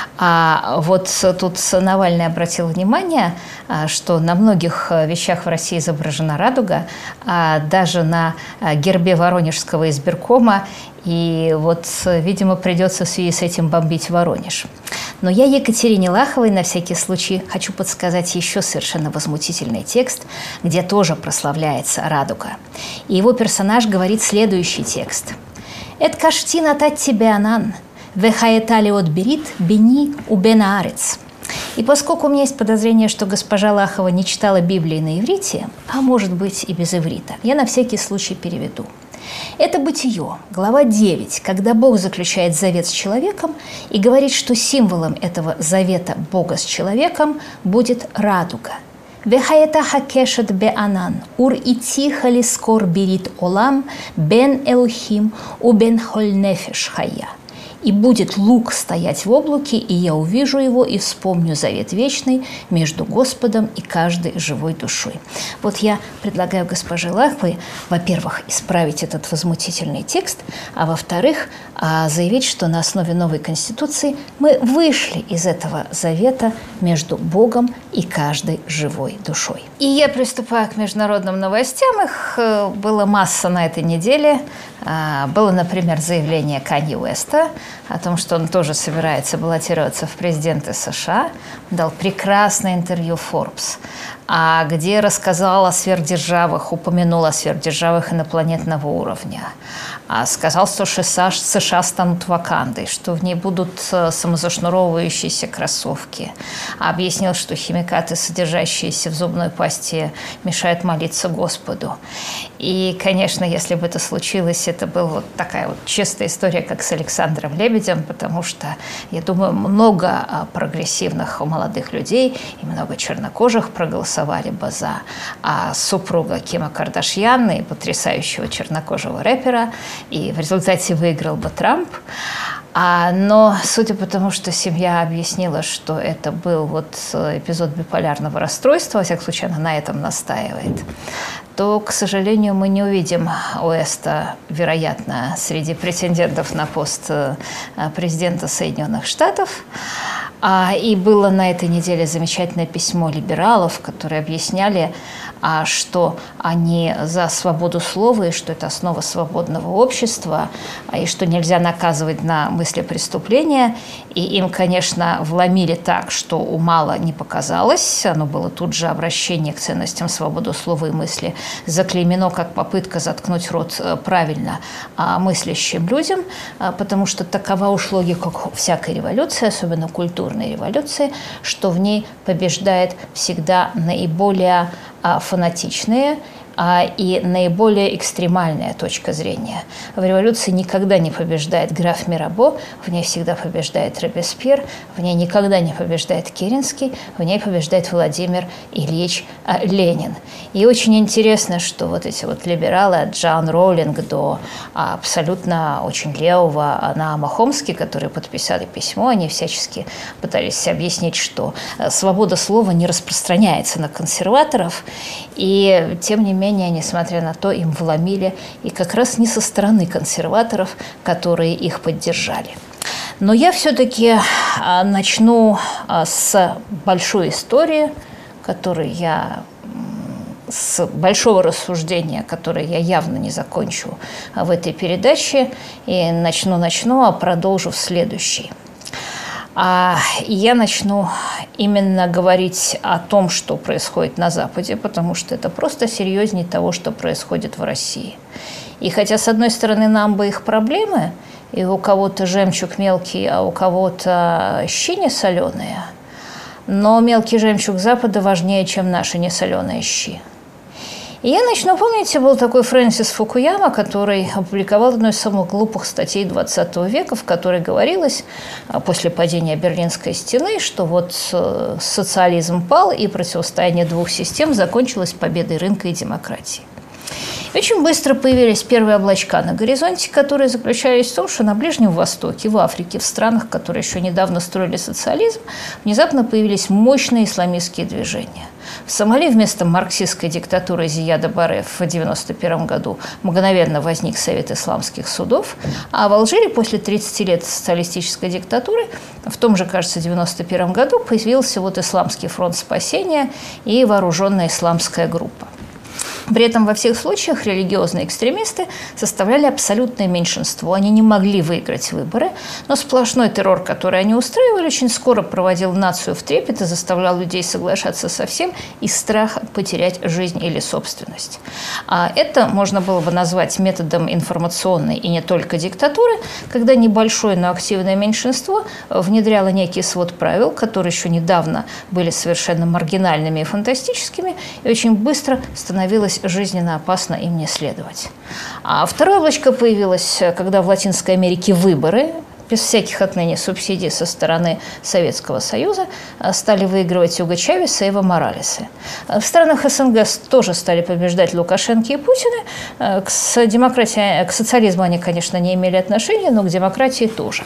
А вот тут Навальный обратил внимание, что на многих вещах в России изображена радуга, а даже на гербе Воронежского избиркома. И вот, видимо, придется в связи с этим бомбить Воронеж. Но я Екатерине Лаховой на всякий случай хочу подсказать еще совершенно возмутительный текст, где тоже прославляется радуга. И его персонаж говорит следующий текст. «Эт каштин атат тебе анан, вехаэтали отберит бени убенаарец». И поскольку у меня есть подозрение, что госпожа Лахова не читала Библии на иврите, а может быть и без иврита, я на всякий случай переведу. Это Бытие, глава девять, когда Бог заключает завет с человеком и говорит, что символом этого завета Бога с человеком будет радуга. «Вехаэта хакешет бе анан, ур ити халискор берит олам, бен элухим, у бен хольнефеш хая». «И будет лук стоять в облаке, и я увижу его и вспомню завет вечный между Господом и каждой живой душой». Вот я предлагаю госпоже Лаховой, во-первых, исправить этот возмутительный текст, а во-вторых, заявить, что на основе новой Конституции мы вышли из этого завета между Богом и каждой живой душой. И я приступаю к международным новостям. Их было масса на этой неделе. Было, например, заявление Канье Уэста о том, что он тоже собирается баллотироваться в президенты США. Он дал прекрасное интервью Forbes, где рассказал о сверхдержавах, упомянул о сверхдержавах инопланетного уровня. Сказал, что США станут Вакандой, что в ней будут самозашнуровывающиеся кроссовки. Объяснил, что химикаты, содержащиеся в зубной пасте, мешают молиться Господу. И, конечно, если бы это случилось, это была вот такая вот чистая история, как с Александром Лебедем, потому что, я думаю, много прогрессивных молодых людей и много чернокожих проголосовали бы за а супруга Кима Кардашьян и потрясающего чернокожего рэпера, и в результате выиграл бы Трамп. А, но судя по тому, что семья объяснила, что это был вот эпизод биполярного расстройства, во всяком случае она на этом настаивает, то, к сожалению, мы не увидим Уэста, вероятно, среди претендентов на пост президента Соединенных Штатов. И было на этой неделе замечательное письмо либералов, которые объясняли, что они за свободу слова, и что это основа свободного общества, и что нельзя наказывать на мысли преступления. И им, конечно, вломили так, что у мало не показалось. Оно было тут же обращение к ценностям свободы слова и мысли заклеймено как попытка заткнуть рот правильно мыслящим людям, потому что такова уж логика всякой революции, особенно культурной революции, что в ней побеждает всегда наиболее фанатичные, а, и наиболее экстремальная точка зрения. В революции никогда не побеждает граф Мирабо, в ней всегда побеждает Робеспьер, в ней никогда не побеждает Керенский, в ней побеждает Владимир Ильич а, Ленин. И очень интересно, что вот эти вот либералы от Джоан Роулинг до а, абсолютно очень левого Наама Хомски, которые подписали письмо, они всячески пытались объяснить, что свобода слова не распространяется на консерваторов, и тем не менее, несмотря на то, им вломили, и как раз не со стороны консерваторов, которые их поддержали. Но я все-таки начну с большой истории, которую я с большого рассуждения, которое я явно не закончу в этой передаче, и начну-начну, а продолжу в следующей. А я начну именно говорить о том, что происходит на Западе, потому что это просто серьезнее того, что происходит в России. И хотя, с одной стороны, нам бы их проблемы, и у кого-то жемчуг мелкий, а у кого-то щи не соленые, но мелкий жемчуг Запада важнее, чем наши несоленые щи. И я начну, помните, был такой Фрэнсис Фукуяма, который опубликовал одну из самых глупых статей двадцатого века, в которой говорилось после падения Берлинской стены, что вот социализм пал, и противостояние двух систем закончилось победой рынка и демократии. Очень быстро появились первые облачка на горизонте, которые заключались в том, что на Ближнем Востоке, в Африке, в странах, которые еще недавно строили социализм, внезапно появились мощные исламистские движения. В Сомали вместо марксистской диктатуры Зияда Барре в девяносто первом году мгновенно возник Совет исламских судов, а в Алжире после тридцати лет социалистической диктатуры в том же, кажется, девяносто первом году появился вот Исламский фронт спасения и вооруженная исламская группа. При этом во всех случаях религиозные экстремисты составляли абсолютное меньшинство. Они не могли выиграть выборы, но сплошной террор, который они устраивали, очень скоро проводил нацию в трепет и заставлял людей соглашаться со всем из страха потерять жизнь или собственность. А это можно было бы назвать методом информационной и не только диктатуры, когда небольшое, но активное меньшинство внедряло некий свод правил, которые еще недавно были совершенно маргинальными и фантастическими, и очень быстро становилось жизненно опасно им не следовать. А второе облачко появилось, когда в Латинской Америке выборы, без всяких отныне субсидий со стороны Советского Союза, стали выигрывать Уго Чавес и Эво Моралесы. В странах СНГ тоже стали побеждать Лукашенко и Путины. К демократии, к социализму они, конечно, не имели отношения, но к демократии тоже.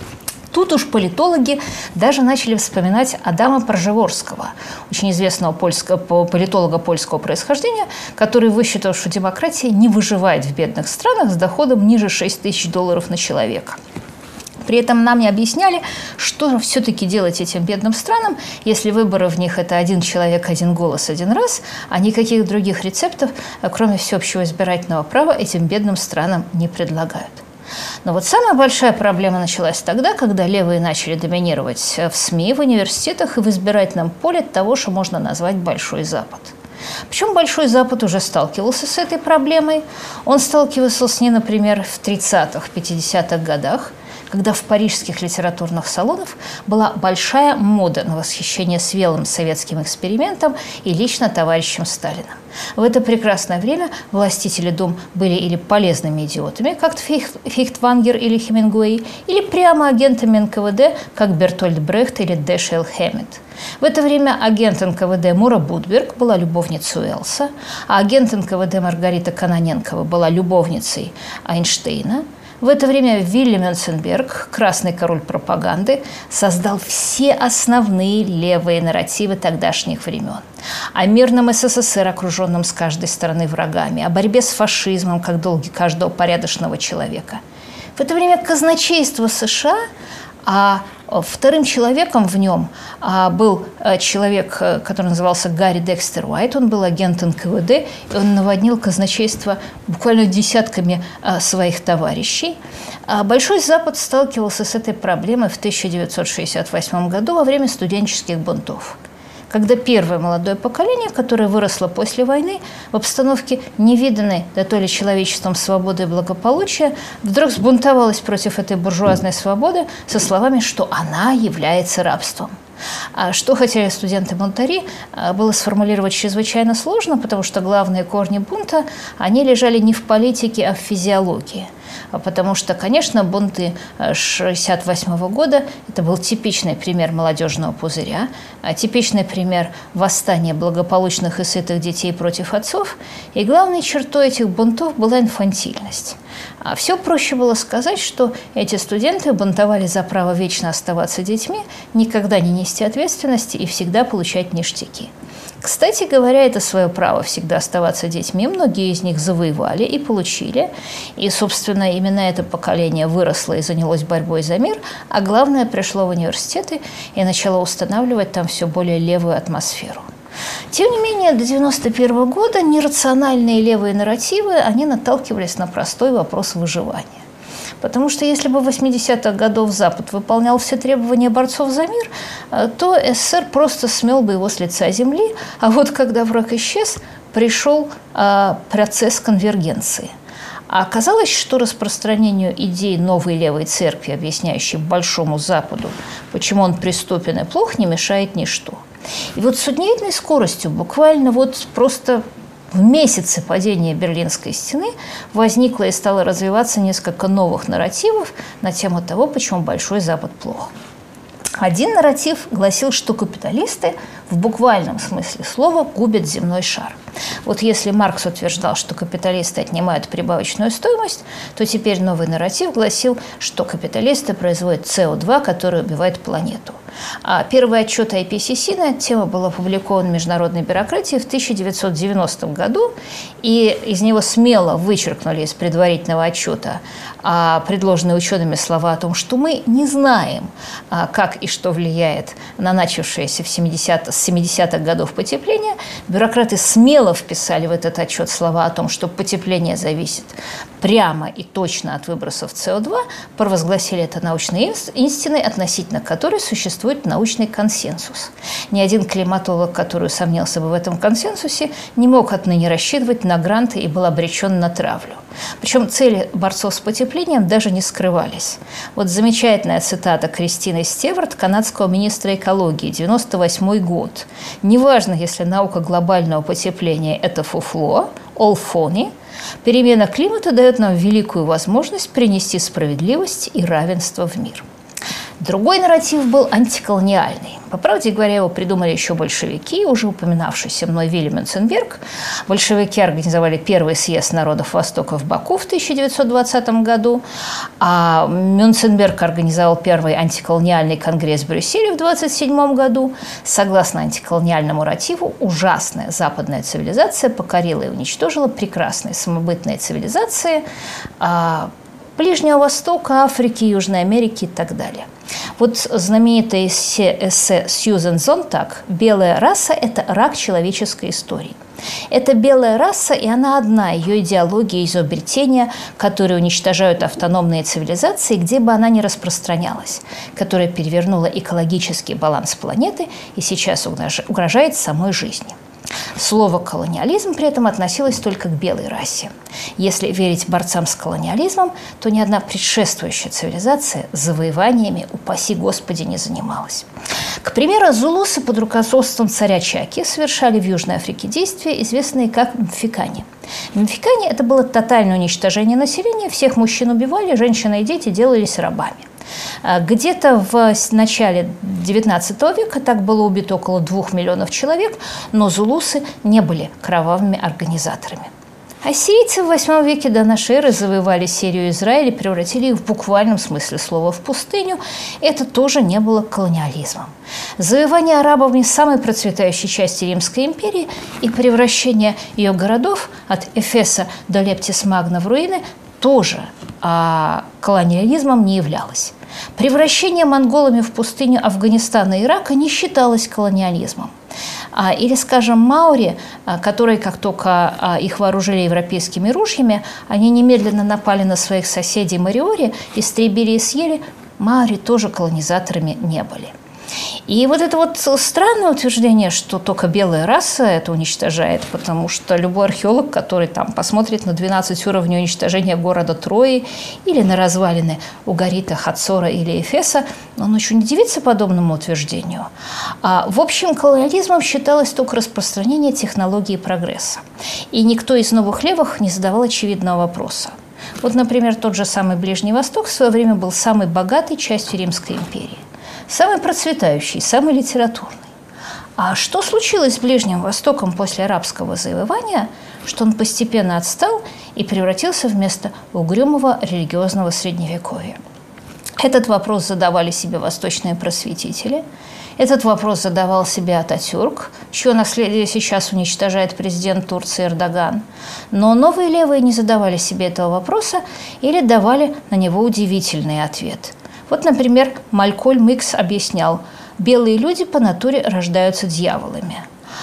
Тут уж политологи даже начали вспоминать Адама Пржеворского, очень известного польского, политолога польского происхождения, который высчитал, что демократия не выживает в бедных странах с доходом ниже шести тысяч долларов на человека. При этом нам не объясняли, что все-таки делать этим бедным странам, если выборы в них – это один человек, один голос, один раз, а никаких других рецептов, кроме всеобщего избирательного права, этим бедным странам не предлагают. Но вот самая большая проблема началась тогда, когда левые начали доминировать в СМИ, в университетах и в избирательном поле того, что можно назвать Большой Запад. Причем Большой Запад уже сталкивался с этой проблемой. Он сталкивался с ней, например, в тридцатых, пятидесятых годах, когда в парижских литературных салонах была большая мода на восхищение смелым советским экспериментом и лично товарищем Сталиным. В это прекрасное время властители дум были или полезными идиотами, как Фейхтвангер или Хемингуэй, или прямо агентами эн ка вэ дэ, как Бертольд Брехт или Дэшел Хэммет. В это время агент эн ка вэ дэ Мура Будберг была любовницей Уэллса, а агент эн ка вэ дэ Маргарита Кононенкова была любовницей Эйнштейна. В это время Вилли Мюнценберг, красный король пропаганды, создал все основные левые нарративы тогдашних времен. О мирном эс эс эс эр, окруженном с каждой стороны врагами, о борьбе с фашизмом, как долге каждого порядочного человека. В это время казначейство США, а вторым человеком в нем был человек, который назывался Гарри Декстер Уайт. Он был агент эн ка вэ дэ, и он наводнил казначейство буквально десятками своих товарищей. Большой Запад сталкивался с этой проблемой в тысяча девятьсот шестьдесят восьмом году во время студенческих бунтов, когда первое молодое поколение, которое выросло после войны в обстановке невиданной да то ли человечеством свободы и благополучия, вдруг сбунтовалось против этой буржуазной свободы со словами, что она является рабством. А что хотели студенты бунтари, было сформулировать чрезвычайно сложно, потому что главные корни бунта, они лежали не в политике, а в физиологии. Потому что, конечно, бунты шестьдесят восьмого года – это был типичный пример молодежного пузыря, типичный пример восстания благополучных и сытых детей против отцов. И главной чертой этих бунтов была инфантильность. А все проще было сказать, что эти студенты бунтовали за право вечно оставаться детьми, никогда не нести ответственности и всегда получать ништяки. Кстати говоря, это свое право всегда оставаться детьми многие из них завоевали и получили. И, собственно, именно это поколение выросло и занялось борьбой за мир, а главное, пришло в университеты и начало устанавливать там все более левую атмосферу. Тем не менее, до девяносто первого года нерациональные левые нарративы, они наталкивались на простой вопрос выживания. Потому что если бы в восьмидесятых годах Запад выполнял все требования борцов за мир, то СССР просто смел бы его с лица земли. А вот когда враг исчез, пришел а, процесс конвергенции. А оказалось, что распространению идей новой левой церкви, объясняющей Большому Западу, почему он преступен и плох, не мешает ничто. И вот с удивительной скоростью, буквально вот просто в месяце падения Берлинской стены возникло и стало развиваться несколько новых нарративов на тему того, почему Большой Запад плох. Один нарратив гласил, что капиталисты в буквальном смысле слова губят земной шар. Вот если Маркс утверждал, что капиталисты отнимают прибавочную стоимость, то теперь новый нарратив гласил, что капиталисты производят С О два, который убивает планету. А первый отчет ай пи си си на эту тему был опубликован в международной бюрократии в тысяча девятьсот девяностом году, и из него смело вычеркнули из предварительного отчета а, предложенные учеными слова о том, что мы не знаем, а, как и что влияет на начавшееся в семидесятых, с семидесятых годов потепление. Бюрократы смело вписали в этот отчет слова о том, что потепление зависит прямо и точно от выбросов С О два, провозгласили это научной истиной, относительно которой существует научный консенсус. Ни один климатолог, который усомнился бы в этом консенсусе, не мог отныне рассчитывать на гранты и был обречен на травлю. Причем цели борцов с потеплением даже не скрывались. Вот замечательная цитата Кристины Стеварт, канадского министра экологии, девяносто восьмой год. «Неважно, если наука глобального потепления – это фуфло, all phony, перемена климата дает нам великую возможность принести справедливость и равенство в мир». Другой нарратив был антиколониальный. По правде говоря, его придумали еще большевики, уже упоминавшийся мной Вильям Мюнценберг. Большевики организовали первый съезд народов Востока в Баку в тысяча девятьсот двадцатом году, а Мюнценберг организовал первый антиколониальный конгресс в Брюсселе в двадцать седьмом году. Согласно антиколониальному нарративу, ужасная западная цивилизация покорила и уничтожила прекрасные самобытные цивилизации Ближнего Востока, Африки, Южной Америки и так далее. Вот знаменитое эссе Сьюзен Зонтаг «Белая раса – это рак человеческой истории». Это белая раса, и она одна, ее идеология изобретения, которые уничтожают автономные цивилизации, где бы она ни распространялась, которая перевернула экологический баланс планеты и сейчас угрожает самой жизни. Слово «колониализм» при этом относилось только к белой расе. Если верить борцам с колониализмом, то ни одна предшествующая цивилизация завоеваниями, упаси Господи, не занималась. К примеру, зулусы под руководством царя Чаки совершали в Южной Африке действия, известные как мфикани. Мфикани – это было тотальное уничтожение населения, всех мужчин убивали, женщины и дети делались рабами. Где-то в начале девятнадцатого века так было убито около двух миллионов человек, но зулусы не были кровавыми организаторами. Ассирийцы в восьмом веке до нашей эры завоевали Сирию и Израиль и превратили их в буквальном смысле слова в пустыню. Это тоже не было колониализмом. Завоевание арабами самой процветающей части Римской империи и превращение ее городов от Эфеса до Лептис-Магна в руины тоже а, колониализмом не являлось. Превращение монголами в пустыню Афганистана и Ирака не считалось колониализмом. А, или, скажем, маори, а, которые, как только а, их вооружили европейскими ружьями, они немедленно напали на своих соседей мариори, истребили и съели, маори тоже колонизаторами не были. И вот это вот странное утверждение, что только белая раса это уничтожает, потому что любой археолог, который там посмотрит на двенадцать уровней уничтожения города Трои или на развалины Угарита, Хацора или Эфеса, он очень удивится подобному утверждению. А, в общем, колониализмом считалось только распространение технологии прогресса. И никто из новых левых не задавал очевидного вопроса. Вот, например, тот же самый Ближний Восток в свое время был самой богатой частью Римской империи. Самый процветающий, самый литературный. А что случилось с Ближним Востоком после арабского завоевания, что он постепенно отстал и превратился в место угрюмого религиозного средневековья? Этот вопрос задавали себе восточные просветители. Этот вопрос задавал себе Ататюрк, чье наследие сейчас уничтожает президент Турции Эрдоган. Но новые левые не задавали себе этого вопроса или давали на него удивительный ответ. Вот, например, Малькольм Икс объяснял: белые люди по натуре рождаются дьяволами.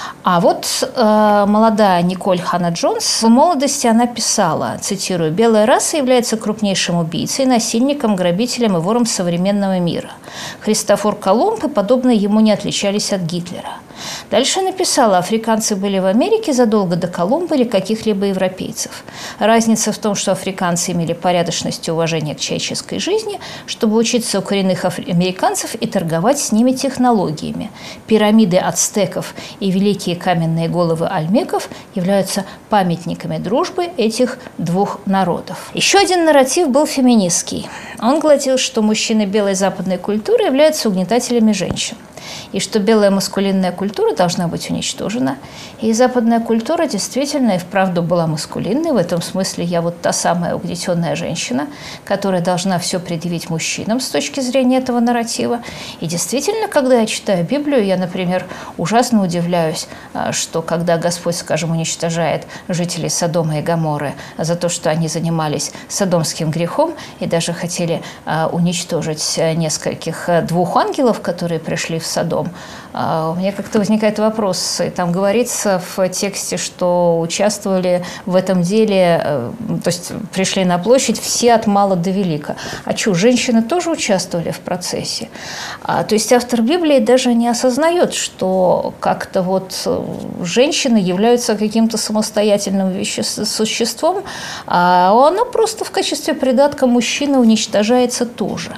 А вот э, молодая Николь Ханна-Джонс, в молодости она писала, цитирую: «Белая раса является крупнейшим убийцей, насильником, грабителем и вором современного мира. Христофор Колумб и подобные ему не отличались от Гитлера». Дальше написала: африканцы были в Америке задолго до Колумба или каких-либо европейцев. Разница в том, что африканцы имели порядочность и уважение к человеческой жизни, чтобы учиться у коренных американцев и торговать с ними технологиями. Пирамиды ацтеков и великие каменные головы альмеков являются памятниками дружбы этих двух народов. Еще один нарратив был феминистский. Он гласил, что мужчины белой западной культуры являются угнетателями женщин, и что белая маскулинная культура должна быть уничтожена. И западная культура действительно и вправду была маскулинной. В этом смысле я вот та самая угнетенная женщина, которая должна все предъявить мужчинам с точки зрения этого нарратива. И действительно, когда я читаю Библию, я, например, ужасно удивляюсь, что когда Господь, скажем, уничтожает жителей Содома и Гоморры за то, что они занимались содомским грехом и даже хотели уничтожить нескольких двух ангелов, которые пришли в Содом, у меня как-то возникает вопрос. И там говорится в тексте, что участвовали в этом деле, то есть пришли на площадь все от мала до велика. А что, женщины тоже участвовали в процессе? А, то есть автор Библии даже не осознает, что как-то вот женщины являются каким-то самостоятельным веще- существом, а она просто в качестве придатка мужчины уничтожается тоже.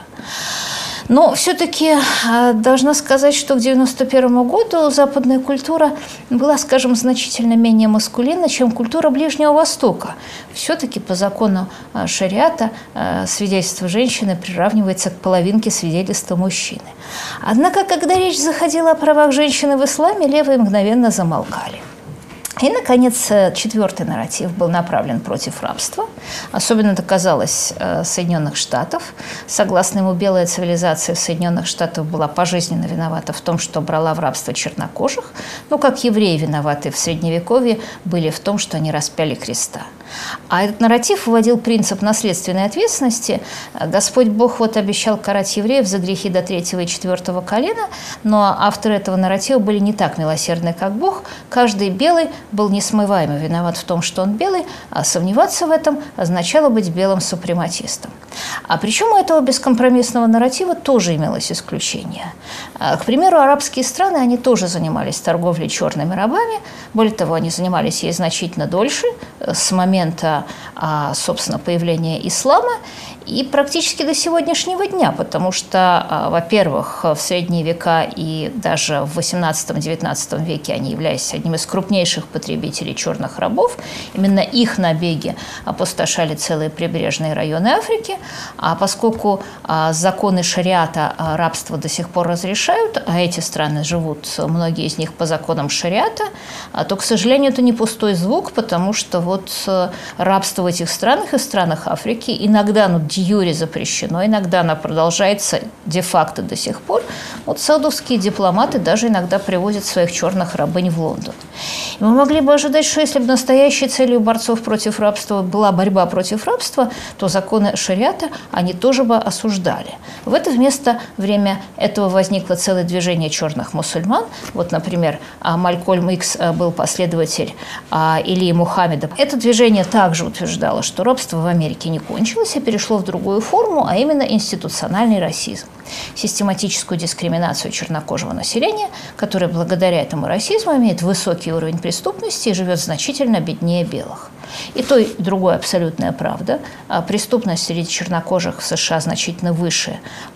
Но все-таки должна сказать, что к девяносто первому году западная культура была, скажем, значительно менее маскулинна, чем культура Ближнего Востока. Все-таки по закону шариата свидетельство женщины приравнивается к половинке свидетельства мужчины. Однако, когда речь заходила о правах женщины в исламе, левые мгновенно замолкали. И, наконец, четвертый нарратив был направлен против рабства. Особенно это касалось Соединенных Штатов. Согласно ему, белая цивилизация Соединенных Штатов была пожизненно виновата в том, что брала в рабство чернокожих, но как евреи виноваты в Средневековье были в том, что они распяли креста. А этот нарратив вводил принцип наследственной ответственности. Господь Бог вот обещал карать евреев за грехи до третьего и четвертого колена, но авторы этого нарратива были не так милосердны, как Бог. Каждый белый был несмываемо виноват в том, что он белый, а сомневаться в этом означало быть белым супрематистом. А причем у этого бескомпромиссного нарратива тоже имелось исключение. К примеру, арабские страны, они тоже занимались торговлей черными рабами. Более того, они занимались ей значительно дольше, с момента, собственно, появления ислама, и практически до сегодняшнего дня, потому что, во-первых, в средние века и даже в восемнадцатом-девятнадцатом веке они являлись одним из крупнейших потребителей черных рабов. Именно их набеги опустошали целые прибрежные районы Африки. А поскольку законы шариата рабство до сих пор разрешают, а эти страны живут, многие из них по законам шариата, то, к сожалению, это не пустой звук, потому что вот рабство в этих странах и странах Африки иногда, ну, де-юре запрещено, иногда она продолжается де-факто до сих пор. Вот саудовские дипломаты даже иногда привозят своих черных рабынь в Лондон. И мы могли бы ожидать, что если бы настоящей целью борцов против рабства была борьба против рабства, то законы шариата они тоже бы осуждали. В это вместо время этого возникло целое движение черных мусульман. Вот, например, Малькольм Икс был последователь Илии Мухаммеда. Это движение также утверждало, что рабство в Америке не кончилось, а перешло в другую форму, а именно институциональный расизм. систематическую дискриминацию чернокожего населения, которое благодаря этому расизму имеет высокий уровень преступности и живет значительно беднее белых. И то, и другое абсолютная правда. Преступность среди чернокожих в США значительно выше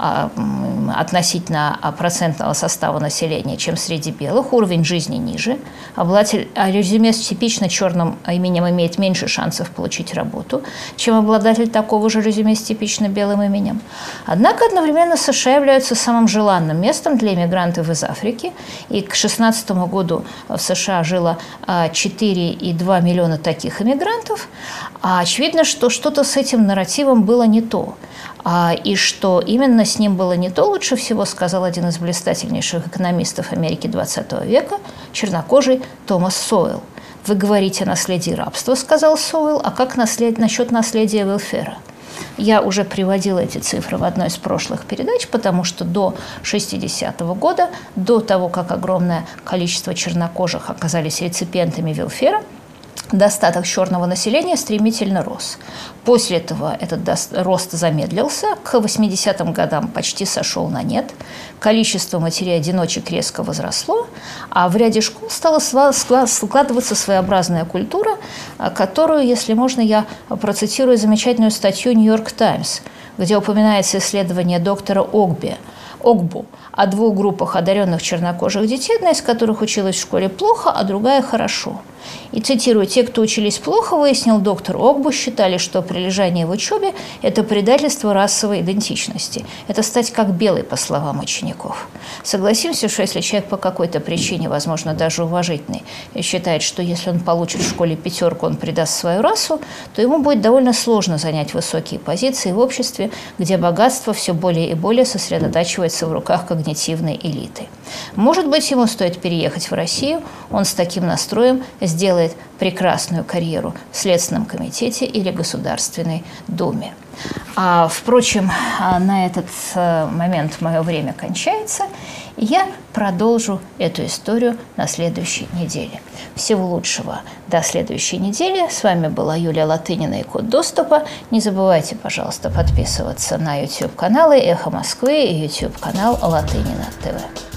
относительно процентного состава населения, чем среди белых. Уровень жизни ниже. Обладатель резюме с типично черным именем имеет меньше шансов получить работу, чем обладатель такого же резюме с типично белым именем. Однако одновременно США являются самым желанным местом для иммигрантов из Африки. И к две тысячи шестнадцатому году в США жило четыре и два миллиона таких иммигрантов. А очевидно, что что-то с этим нарративом было не то. А, и что именно с ним было не то, лучше всего сказал один из блистательнейших экономистов Америки двадцатого века, чернокожий Томас Соуэлл. «Вы говорите о наследии рабства, — сказал Соуэлл, — а как наслед... насчет наследия Уилфера?» Я уже приводила эти цифры в одной из прошлых передач, потому что до шестидесятого года, до того, как огромное количество чернокожих оказались реципиентами Уилфера, достаток черного населения стремительно рос. После этого этот рост замедлился, к восьмидесятым годам почти сошел на нет, количество матерей-одиночек резко возросло, а в ряде школ стала складываться своеобразная культура, которую, если можно, я процитирую замечательную статью «Нью-Йорк Таймс», где упоминается исследование доктора Огби, Огбу о двух группах одаренных чернокожих детей, одна из которых училась в школе плохо, а другая хорошо. И цитирую: «Те, кто учились плохо, — выяснил доктор Огбу, — считали, что прилежание в учебе – это предательство расовой идентичности. Это стать как белый, по словам учеников». Согласимся, что если человек по какой-то причине, возможно, даже уважительный, считает, что если он получит в школе пятерку, он предаст свою расу, то ему будет довольно сложно занять высокие позиции в обществе, где богатство все более и более сосредотачивается в руках когнитивной элиты. Может быть, ему стоит переехать в Россию, он с таким настроем сделает прекрасную карьеру в Следственном комитете или Государственной Думе. А, впрочем, на этот момент мое время кончается, и я продолжу эту историю на следующей неделе. Всего лучшего до следующей недели. С вами была Юлия Латынина и Код доступа. Не забывайте, пожалуйста, подписываться на YouTube-каналы «Эхо Москвы» и YouTube-канал Латынина ТВ.